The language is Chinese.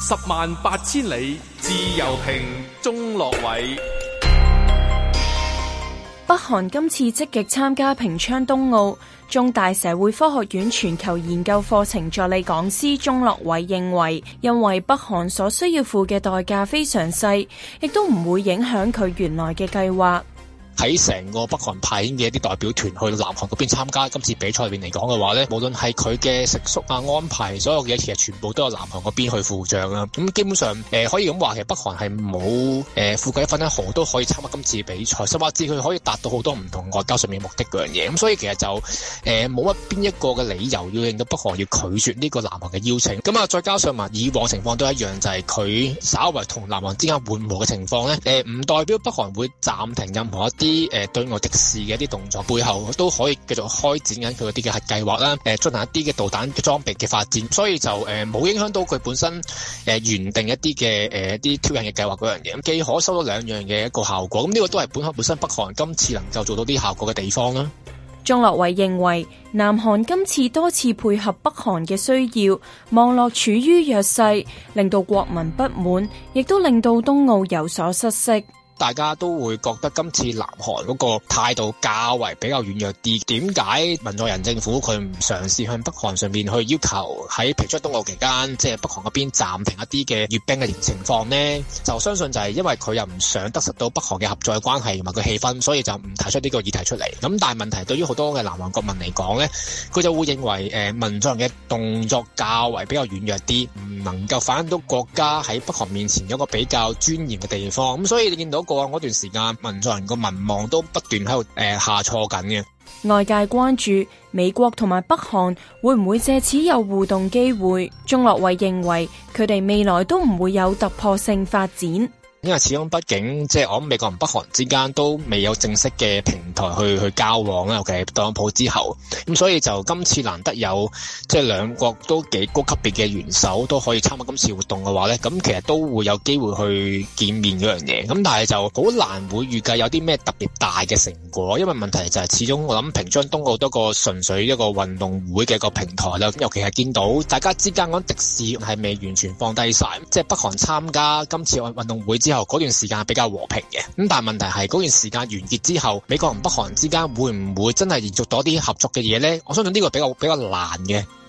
108000里自由評鍾樂偉。 北韓今次積極參加平昌冬奧，中大社會科學院全球研究課程助理講師鍾樂偉認為，因為北韓所需要付嘅代價非常細，亦都唔會影響佢原來嘅計劃。 喺成個北韓派遣嘅一啲代表團去到南韓嗰邊參加今次比賽裏邊嚟講嘅話咧，無論係佢嘅食宿啊、安排所有嘅嘢，其實全部都有南韓嗰邊去付賬啦。咁基本上可以咁話，其實北韓係冇付過一分一毫都可以參加今次比賽，甚至佢可以達到好多唔同外交上面目的嗰樣嘢。咁所以其實就冇乜邊一個嘅理由要令到北韓要拒絕呢個南韓嘅邀請。咁啊，再加上埋以往情況都一樣，就係佢稍為同南韓之間緩和嘅情況咧，唔代表北韓會暫停任何一啲對外敵視嘅一啲動作，背後都可以繼續開展緊佢嗰啲嘅核計劃啦，進行一啲嘅導彈嘅裝備嘅發展，所以就冇影響到佢本身原定一啲嘅一啲挑釁嘅計劃嗰樣嘢，咁既可收到兩樣嘅一個效果，咁呢個都係本身北韓今次能夠做到啲效果嘅地方啦。 鍾樂偉認為，南韓今次多次配合北韓嘅需要，望落處於弱勢，令到國民不滿，亦都令到冬奧有所失色。 大家都會覺得今次南韓嗰個態度較為比較軟弱啲。點解文在寅政府佢唔嘗試向北韓上面去要求喺平昌冬奧期間，即係北韓嗰邊暫停一啲嘅閱兵嘅情況呢？就相信就係因為佢又唔想得失到北韓嘅合作嘅關係同埋個氣氛，所以就唔提出呢個議題出嚟。咁但係問題對於好多嘅南韓國民嚟講呢，佢就會認為文在寅嘅動作較為比較軟弱啲，唔能夠反映到國家喺北韓面前有一個比較尊嚴嘅地方。咁所以你見到過嗰段時間，文在寅個民望都不斷喺度下挫緊嘅。 外界關注美國同埋北韓會唔會借此有互動機會。鍾樂偉認為，佢哋未來都唔會有突破性發展。 因為始終畢竟即係我諗美國同北韓之間都未有正式嘅平台去交往啦，尤其係特朗普之後，咁所以就今次難得有即係兩國都幾高級別嘅元首都可以參加今次活動嘅話咧，咁其實都會有機會去見面嗰樣嘢。咁但係就好難會預計有啲咩特別大嘅成果，因為問題就係始終我諗平昌冬奧都個純粹一個運動會嘅一個平台啦。尤其係見到大家之間嗰敵視係未完全放低晒，即係北韓參加今次運動會之後嗰段時間比較和平嘅，咁但係問題係嗰段時間完結之後，美國同北韓之間會唔會真係延續到啲合作嘅嘢呢？我相信呢個比較難嘅。